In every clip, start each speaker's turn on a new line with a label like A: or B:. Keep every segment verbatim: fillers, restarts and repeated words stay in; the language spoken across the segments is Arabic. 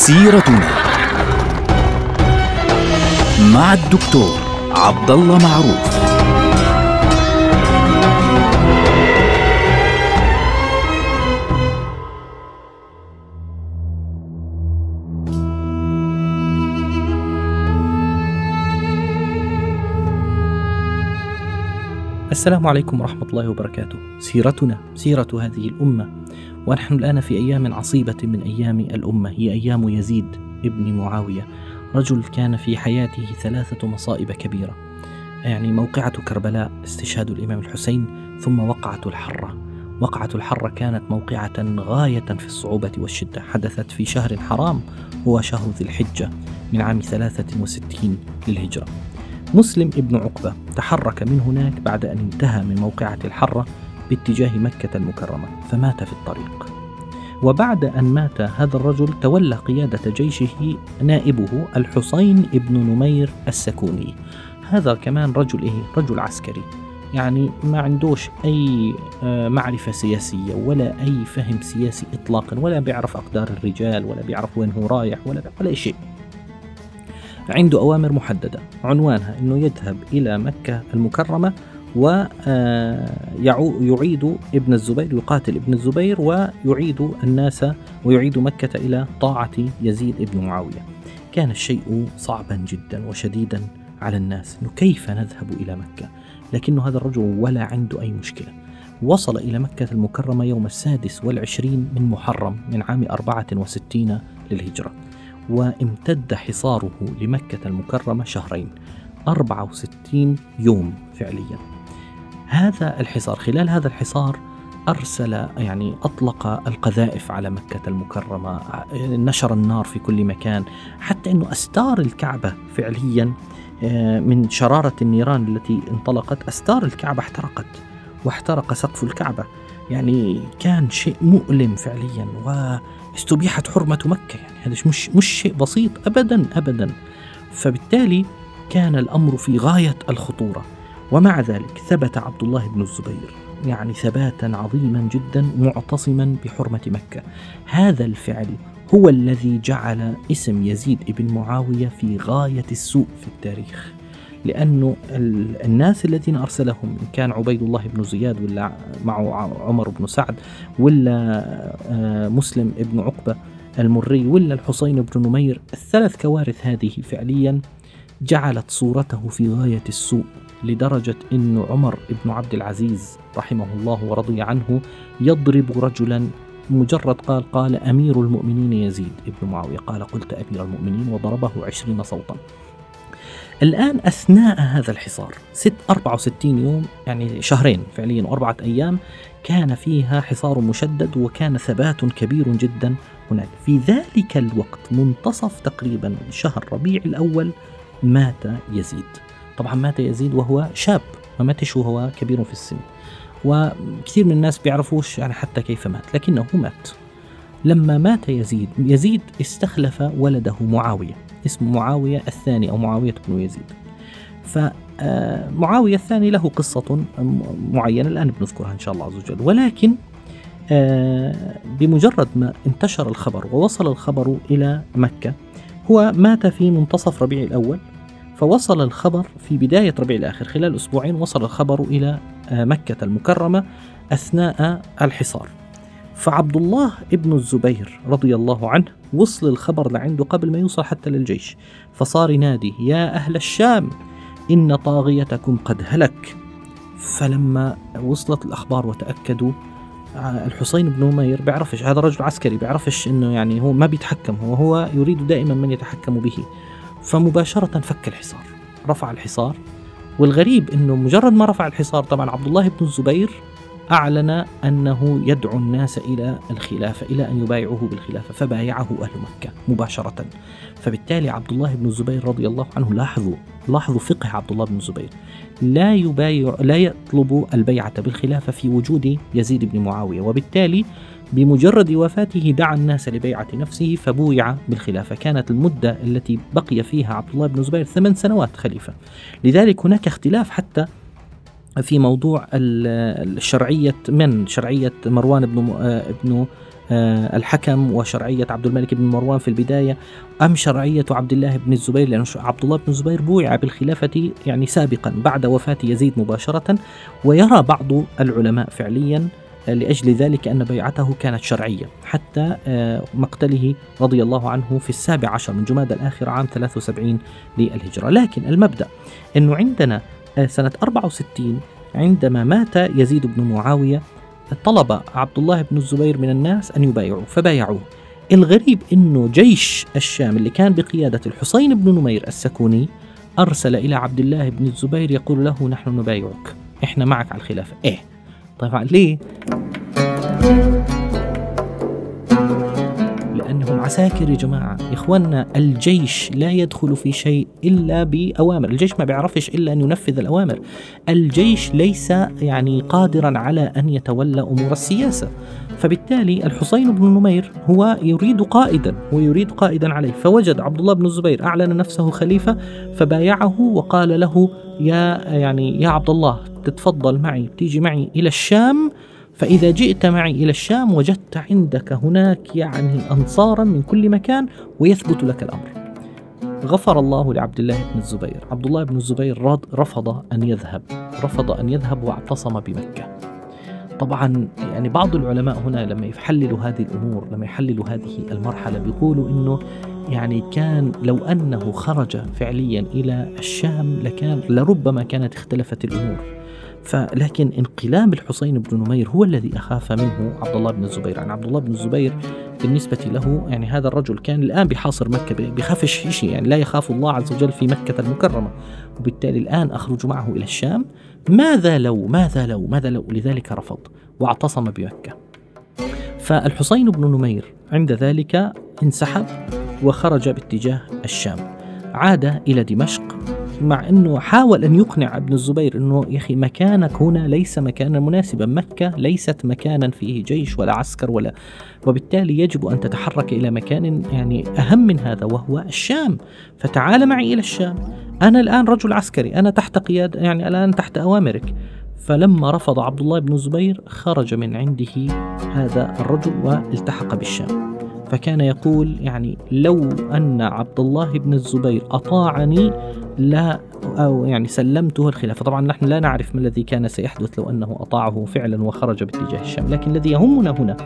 A: سيرتنا مع الدكتور عبد الله معروف.
B: السلام عليكم ورحمة الله وبركاته. سيرتنا سيرة هذه الأمة، ونحن الآن في أيام عصيبة من أيام الأمة، هي أيام يزيد ابن معاوية، رجل كان في حياته ثلاثة مصائب كبيرة، يعني موقعة كربلاء، استشهاد الإمام الحسين، ثم وقعة الحرة. وقعة الحرة كانت موقعة غاية في الصعوبة والشدة، حدثت في شهر حرام هو شهر ذي الحجة من عام ثلاثة وستين للهجرة. مسلم ابن عقبة تحرك من هناك بعد أن انتهى من موقعة الحرة باتجاه مكة المكرمة، فمات في الطريق. وبعد أن مات هذا الرجل تولى قيادة جيشه نائبه الحسين ابن نمير السكوني. هذا كمان رجل إيه؟ رجل عسكري، يعني ما عندوش أي معرفة سياسية ولا أي فهم سياسي إطلاقا، ولا بيعرف أقدار الرجال، ولا بيعرف وين هو رايح، ولا ولا أي شيء. عنده أوامر محددة عنوانها أنه يذهب إلى مكة المكرمة ويعيد ابن الزبير، يقاتل ابن الزبير ويعيد الناس ويعيد مكة إلى طاعة يزيد ابن معاوية. كان الشيء صعبا جدا وشديدا على الناس، أنه كيف نذهب إلى مكة؟ لكن هذا الرجل ولا عنده أي مشكلة. وصل إلى مكة المكرمة يوم السادس والعشرين من محرم من عام أربعة وستين للهجرة، وامتد حصاره لمكة المكرمة شهرين، أربعة وستين يوم فعليا. هذا الحصار، خلال هذا الحصار أرسل يعني أطلق القذائف على مكة المكرمة، نشر النار في كل مكان، حتى أنه أستار الكعبة فعليا من شرارة النيران التي انطلقت، أستار الكعبة احترقت واحترق سقف الكعبة. يعني كان شيء مؤلم فعليا، واستبيحت حرمة مكة. يعني هذا مش مش شيء بسيط أبدا أبدا. فبالتالي كان الأمر في غاية الخطورة، ومع ذلك ثبت عبد الله بن الزبير يعني ثباتا عظيما جدا معتصما بحرمة مكة. هذا الفعل هو الذي جعل اسم يزيد بن معاوية في غاية السوء في التاريخ، لأنه الناس الذين أرسلهم، إن كان عبيد الله بن زياد، ولا معه عمر بن سعد، ولا مسلم ابن عقبة المري، ولا الحسين بن نمير، الثلاث كوارث هذه فعليا جعلت صورته في غاية السوء، لدرجة أن عمر بن عبد العزيز رحمه الله ورضي عنه يضرب رجلا مجرد قال قال أمير المؤمنين يزيد ابن معاوية، قال قلت أمير المؤمنين، وضربه عشرين صوتا. الآن أثناء هذا الحصار ست أربعة وستين يوم، يعني شهرين فعليا وأربعة أيام، كان فيها حصار مشدد، وكان ثبات كبير جدا هناك. في ذلك الوقت منتصف تقريبا شهر ربيع الأول مات يزيد. طبعا مات يزيد وهو شاب، ما ماتش وهو كبير في السن، وكثير من الناس بيعرفوش يعني حتى كيف مات، لكنه مات. لما مات يزيد، يزيد استخلف ولده معاوية، اسمه معاوية الثاني أو معاوية بن يزيد. فمعاوية الثاني له قصة معينة الآن بنذكرها إن شاء الله عز وجل، ولكن بمجرد ما انتشر الخبر ووصل الخبر إلى مكة، هو مات في منتصف ربيع الأول، فوصل الخبر في بداية ربيع الآخر، خلال أسبوعين وصل الخبر إلى مكة المكرمة أثناء الحصار. فعبد الله ابن الزبير رضي الله عنه وصل الخبر لعنده قبل ما يوصل حتى للجيش، فصار ينادي يا أهل الشام إن طاغيتكم قد هلك. فلما وصلت الأخبار وتأكدوا، الحسين بن نمير بيعرفش، هذا رجل عسكري بيعرفش إنه يعني هو ما بيتحكم، هو هو يريد دائما من يتحكم به، فمباشرة فك الحصار، رفع الحصار. والغريب إنه مجرد ما رفع الحصار، طبعا عبد الله بن الزبير أعلن أنه يدعو الناس إلى الخلافة، إلى أن يبايعوه بالخلافة، فبايعه أهل مكة مباشرة. فبالتالي عبد الله بن الزبير رضي الله عنه، لاحظوا لاحظوا فقه عبد الله بن الزبير، لا يبايع لا يطلب البيعة بالخلافة في وجود يزيد بن معاوية، وبالتالي بمجرد وفاته دعا الناس لبيعة نفسه فبويع بالخلافة. كانت المدة التي بقي فيها عبد الله بن الزبير ثمان سنوات خليفة. لذلك هناك اختلاف حتى في موضوع الشرعية، من شرعية مروان بن ابن الحكم وشرعية عبد الملك بن مروان في البداية، أم شرعية عبد الله بن الزبير؟ لأن عبد الله بن الزبير بويع بالخلافة يعني سابقا بعد وفاة يزيد مباشرة، ويرى بعض العلماء فعليا لأجل ذلك أن بيعته كانت شرعية حتى مقتله رضي الله عنه في السابع عشر من جمادى الآخر عام ثلاثة وسبعين للهجرة. لكن المبدأ أنه عندنا سنة أربعة وستين عندما مات يزيد بن معاوية طلب عبد الله بن الزبير من الناس أن يبايعوا فبايعوه. الغريب أنه جيش الشام اللي كان بقيادة الحسين بن نمير السكوني أرسل إلى عبد الله بن الزبير يقول له نحن نبايعك، إحنا معك على الخلافة. إيه طبعا ليه؟ لأنهم عساكر يا جماعة. إخواننا الجيش لا يدخل في شيء إلا بأوامر، الجيش ما بيعرفش إلا أن ينفذ الأوامر. الجيش ليس يعني قادرا على أن يتولى أمور السياسة، فبالتالي الحسين بن نمير هو يريد قائدا ويريد قائدا عليه، فوجد عبد الله بن الزبير أعلن نفسه خليفة فبايعه وقال له يا يعني يا عبد الله تتفضل معي، تيجي معي إلى الشام، فإذا جئت معي إلى الشام وجدت عندك هناك يعني أنصارا من كل مكان ويثبت لك الأمر. غفر الله لعبد الله بن الزبير. عبد الله بن الزبير رفض أن يذهب رفض أن يذهب واعتصم بمكة. طبعا يعني بعض العلماء هنا لما يحللوا هذه الأمور، لما يحللوا هذه المرحلة، بيقولوا إنه يعني كان لو أنه خرج فعليا إلى الشام لكان لربما كانت اختلفت الأمور. فلكن انقلاب الحسين بن نمير هو الذي أخاف منه عبد الله بن الزبير. يعني عبد الله بن الزبير بالنسبة له يعني هذا الرجل كان الآن بحاصر مكة، بيخافش شيء، يعني لا يخاف الله عز وجل في مكة المكرمة، وبالتالي الآن أخرج معه إلى الشام. ماذا لو ماذا لو ماذا لو لذلك رفض واعتصم بمكة. فالحسين بن نمير عند ذلك انسحب وخرج باتجاه الشام، عاد إلى دمشق، مع أنه حاول أن يقنع ابن الزبير أنه يا أخي مكانك هنا ليس مكانا مناسبا، مكة ليست مكانا فيه جيش ولا عسكر ولا، وبالتالي يجب أن تتحرك إلى مكان يعني أهم من هذا وهو الشام، فتعال معي إلى الشام، أنا الآن رجل عسكري، أنا تحت قيادة، يعني الآن تحت أوامرك. فلما رفض عبد الله بن الزبير خرج من عنده هذا الرجل والتحق بالشام. فكان يقول يعني لو أن عبد الله بن الزبير أطاعني لا أو يعني سلمته الخلافة. طبعا نحن لا نعرف ما الذي كان سيحدث لو أنه أطاعه فعلا وخرج باتجاه الشام، لكن الذي يهمنا هنا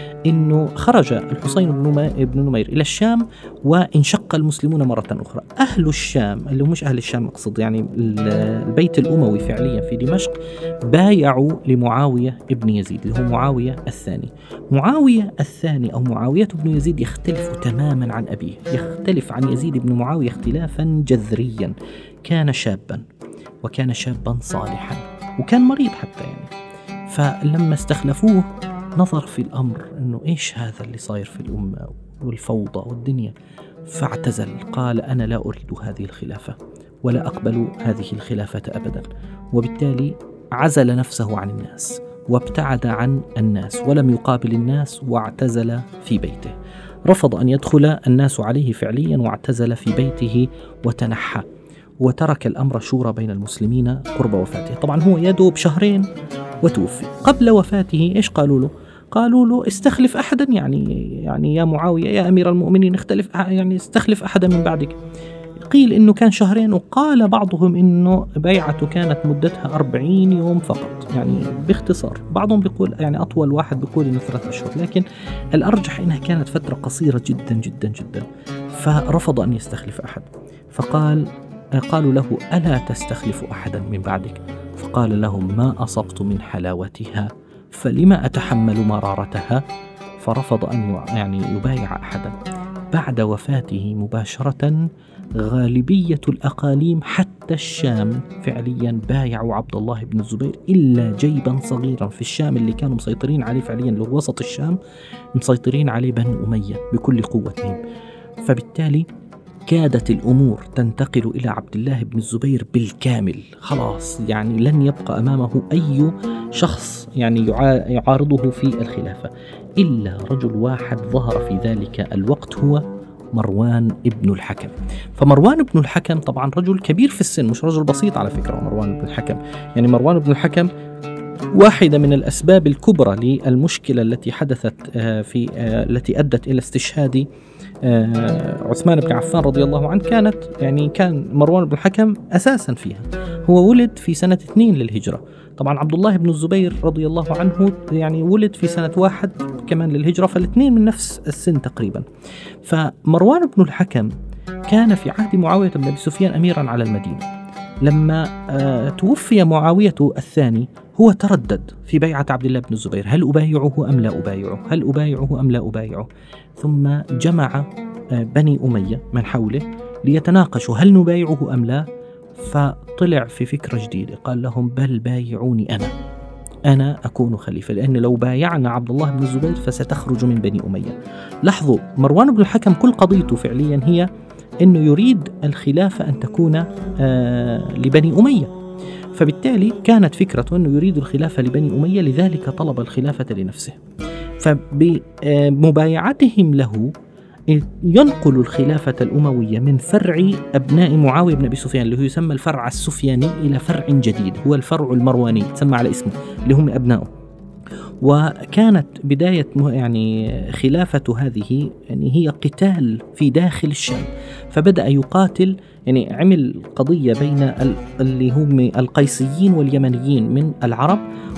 B: إنه خرج الحسين بن نمير إلى الشام وانشق المسلمون مرة أخرى. أهل الشام اللي مش أهل الشام أقصد يعني البيت الأموي فعليا في دمشق بايعوا لمعاوية ابن يزيد اللي هو معاوية الثاني. معاوية الثاني أو معاوية بن يزيد يختلف تماما عن أبيه، يختلف عن يزيد بن معاوية اختلافا جذريا. كان شابا وكان شابا صالحا وكان مريض حتى يعني، فلما استخلفوه نظر في الأمر أنه إيش هذا اللي صاير في الأمة والفوضى والدنيا، فاعتزل، قال أنا لا أريد هذه الخلافة ولا أقبل هذه الخلافة أبدا، وبالتالي عزل نفسه عن الناس وابتعد عن الناس ولم يقابل الناس واعتزل في بيته. رفض أن يدخل الناس عليه فعليا واعتزل في بيته وتنحى وترك الأمر شورى بين المسلمين قرب وفاته. طبعا هو يدوب شهرين وتوفي. قبل وفاته إيش قالوا له؟ قالوا له استخلف أحدا، يعني يعني يا معاوية يا أمير المؤمنين اختلف يعني استخلف أحدا من بعدك. قيل إنه كان شهرين، وقال بعضهم إنه بيعته كانت مدتها أربعين يوم فقط، يعني باختصار. بعضهم بيقول يعني أطول واحد بيقول إنه ثلاثة أشهر، لكن الأرجح إنها كانت فترة قصيرة جدا جدا جدا. فرفض أن يستخلف أحد، فقال قالوا له ألا تستخلف أحدا من بعدك؟ فقال لهم ما أصبت من حلاوتها فلما أتحمل مرارتها. فرفض أن يعني يبايع أحدا. بعد وفاته مباشرة غالبية الأقاليم حتى الشام فعليا بايعوا عبد الله بن الزبير، إلا جيبا صغيرا في الشام اللي كانوا مسيطرين عليه فعليا، اللي هو وسط الشام مسيطرين عليه بنو أمية بكل قوتهم. فبالتالي كادت الأمور تنتقل إلى عبد الله بن الزبير بالكامل، خلاص يعني لن يبقى أمامه أي شخص يعني يعارضه في الخلافة إلا رجل واحد ظهر في ذلك الوقت، هو مروان ابن الحكم. فمروان ابن الحكم طبعا رجل كبير في السن، مش رجل بسيط على فكرة. مروان ابن الحكم يعني مروان ابن الحكم واحدة من الأسباب الكبرى للمشكلة التي حدثت في التي أدت إلى استشهاد عثمان بن عفان رضي الله عنه كانت يعني كان مروان بن الحكم أساسا فيها. هو ولد في سنة اثنين للهجرة، طبعا عبد الله بن الزبير رضي الله عنه يعني ولد في سنة واحد كمان للهجرة، فالاثنين من نفس السن تقريبا. فمروان بن الحكم كان في عهد معاوية بن أبي سفيان أميرا على المدينة. لما آه توفي معاوية الثاني هو تردد في بيعة عبد الله بن الزبير، هل أبايعه أم لا أبايعه، هل أبايعه أم لا أبايعه. ثم جمع آه بني أمية من حوله ليتناقشوا هل نبايعه أم لا. فطلع في فكرة جديدة، قال لهم بل بايعوني أنا أنا أكون خليفة، لأن لو بايعنا عبد الله بن الزبير فستخرج من بني أمية. لاحظوا مروان بن الحكم كل قضيته فعليا هي أنه يريد الخلافة أن تكون آه لبني أمية، فبالتالي كانت فكرة أنه يريد الخلافة لبني أمية، لذلك طلب الخلافة لنفسه. فبمبايعتهم له ينقل الخلافة الأموية من فرع أبناء معاوية بن أبي سفيان اللي هو يسمى الفرع السفياني إلى فرع جديد هو الفرع المرواني تسمى على اسمه اللي هم أبنائه. وكانت بداية يعني خلافة هذه يعني هي قتال في داخل الشام، فبدأ يقاتل يعني عمل قضية بين اللي هم القيسيين واليمنيين من العرب،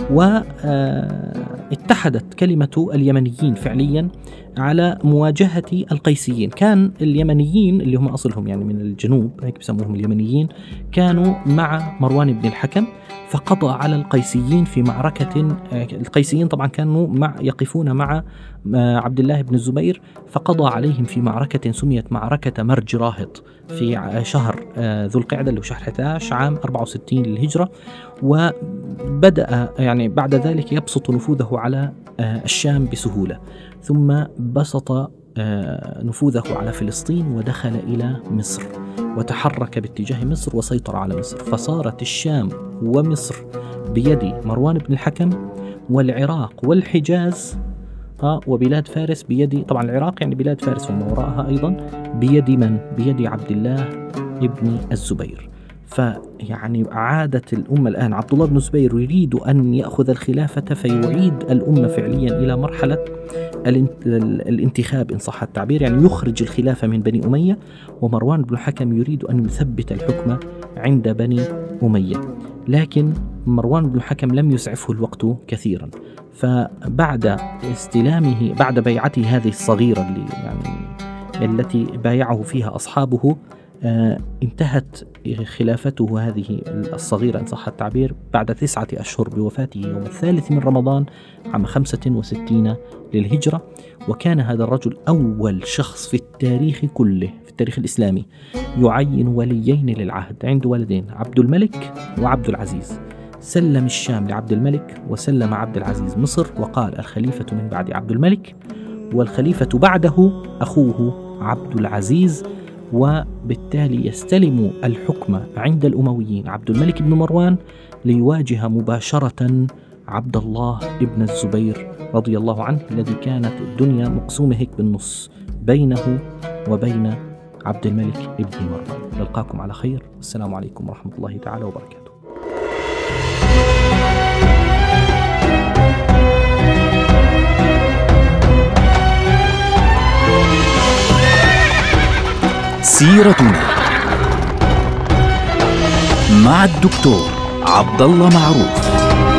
B: واتحدت كلمة اليمنيين فعليا على مواجهة القيسيين. كان اليمنيين اللي هم أصلهم يعني من الجنوب هيك بسموهم اليمنيين كانوا مع مروان بن الحكم، فقضى على القيسيين في معركة. القيسيين طبعا كانوا مع يقفون مع عبد الله بن الزبير، فقضى عليهم في معركة سميت معركة مرج راهط في شهر ذو القعدة اللي هو شهر أحد عشر عام أربعة وستين للهجرة. وبدأ يعني بعد ذلك يبسط نفوذه على الشام بسهولة، ثم بسط نفوذه على فلسطين ودخل إلى مصر وتحرك باتجاه مصر وسيطر على مصر، فصارت الشام ومصر بيد مروان بن الحكم، والعراق والحجاز وبلاد فارس بيد، طبعا العراق يعني بلاد فارس وما وراءها أيضا بيد من؟ بيد عبد الله ابن الزبير. فيعني عادت الأمة الآن، عبد الله بن الزبير يريد أن يأخذ الخلافة فيعيد الأمة فعليا إلى مرحلة الانتخاب إن صح التعبير، يعني يخرج الخلافة من بني أمية، ومروان بن الحكم يريد أن يثبت الحكم عند بني أمية. لكن مروان بن الحكم لم يسعفه الوقت كثيرا، فبعد استلامه بعد بيعته هذه الصغيرة اللي يعني التي بايعه فيها أصحابه آه انتهت خلافته هذه الصغيرة إن صح التعبير بعد تسعة أشهر بوفاته يوم الثالث من رمضان عام خمسة وستين للهجرة. وكان هذا الرجل أول شخص في التاريخ كله في التاريخ الإسلامي يعين وليين للعهد، عنده ولدين عبد الملك وعبد العزيز، سلم الشام لعبد الملك وسلم عبد العزيز مصر، وقال الخليفة من بعد عبد الملك والخليفة بعده أخوه عبد العزيز، وبالتالي يستلم الحكم عند الأمويين عبد الملك بن مروان ليواجه مباشرة عبد الله بن الزبير رضي الله عنه الذي كانت الدنيا مقسومة هيك بالنص بينه وبين عبد الملك بن مروان. نلقاكم على خير، والسلام عليكم ورحمة الله تعالى وبركاته.
A: سيرتنا مع الدكتور عبد الله معروف.